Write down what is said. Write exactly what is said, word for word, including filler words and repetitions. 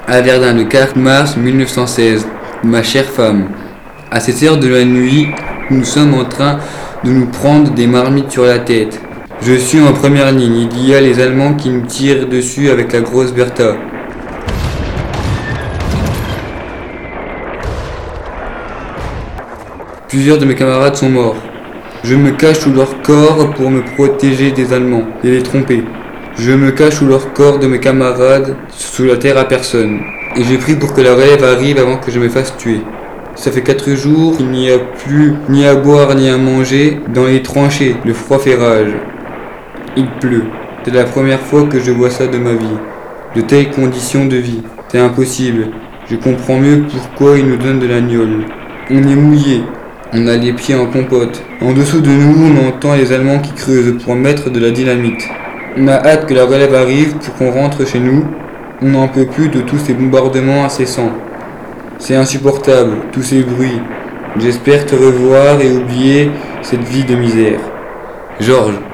À Verdun, le quatre mars mille neuf cent seize. Ma chère femme, à cette heure de la nuit, nous sommes en train de nous prendre des marmites sur la tête. Je suis en première ligne, il y a les Allemands qui nous tirent dessus avec la grosse Bertha. Plusieurs de mes camarades sont morts. Je me cache sous leur corps pour me protéger des Allemands et les tromper. Je me cache sous leur corps de mes camarades, sous la terre à personne. Et je prie pour que la relève arrive avant que je me fasse tuer. Ça fait quatre jours qu'il n'y a plus ni à boire ni à manger dans les tranchées. Le froid fait rage. Il pleut. C'est la première fois que je vois ça de ma vie. De telles conditions de vie. C'est impossible. Je comprends mieux pourquoi ils nous donnent de la gnôle. On est mouillé. On a les pieds en compote. En dessous de nous, on entend les Allemands qui creusent pour mettre de la dynamite. On a hâte que la relève arrive pour qu'on rentre chez nous. On n'en peut plus de tous ces bombardements incessants. C'est insupportable, tous ces bruits. J'espère te revoir et oublier cette vie de misère. Georges.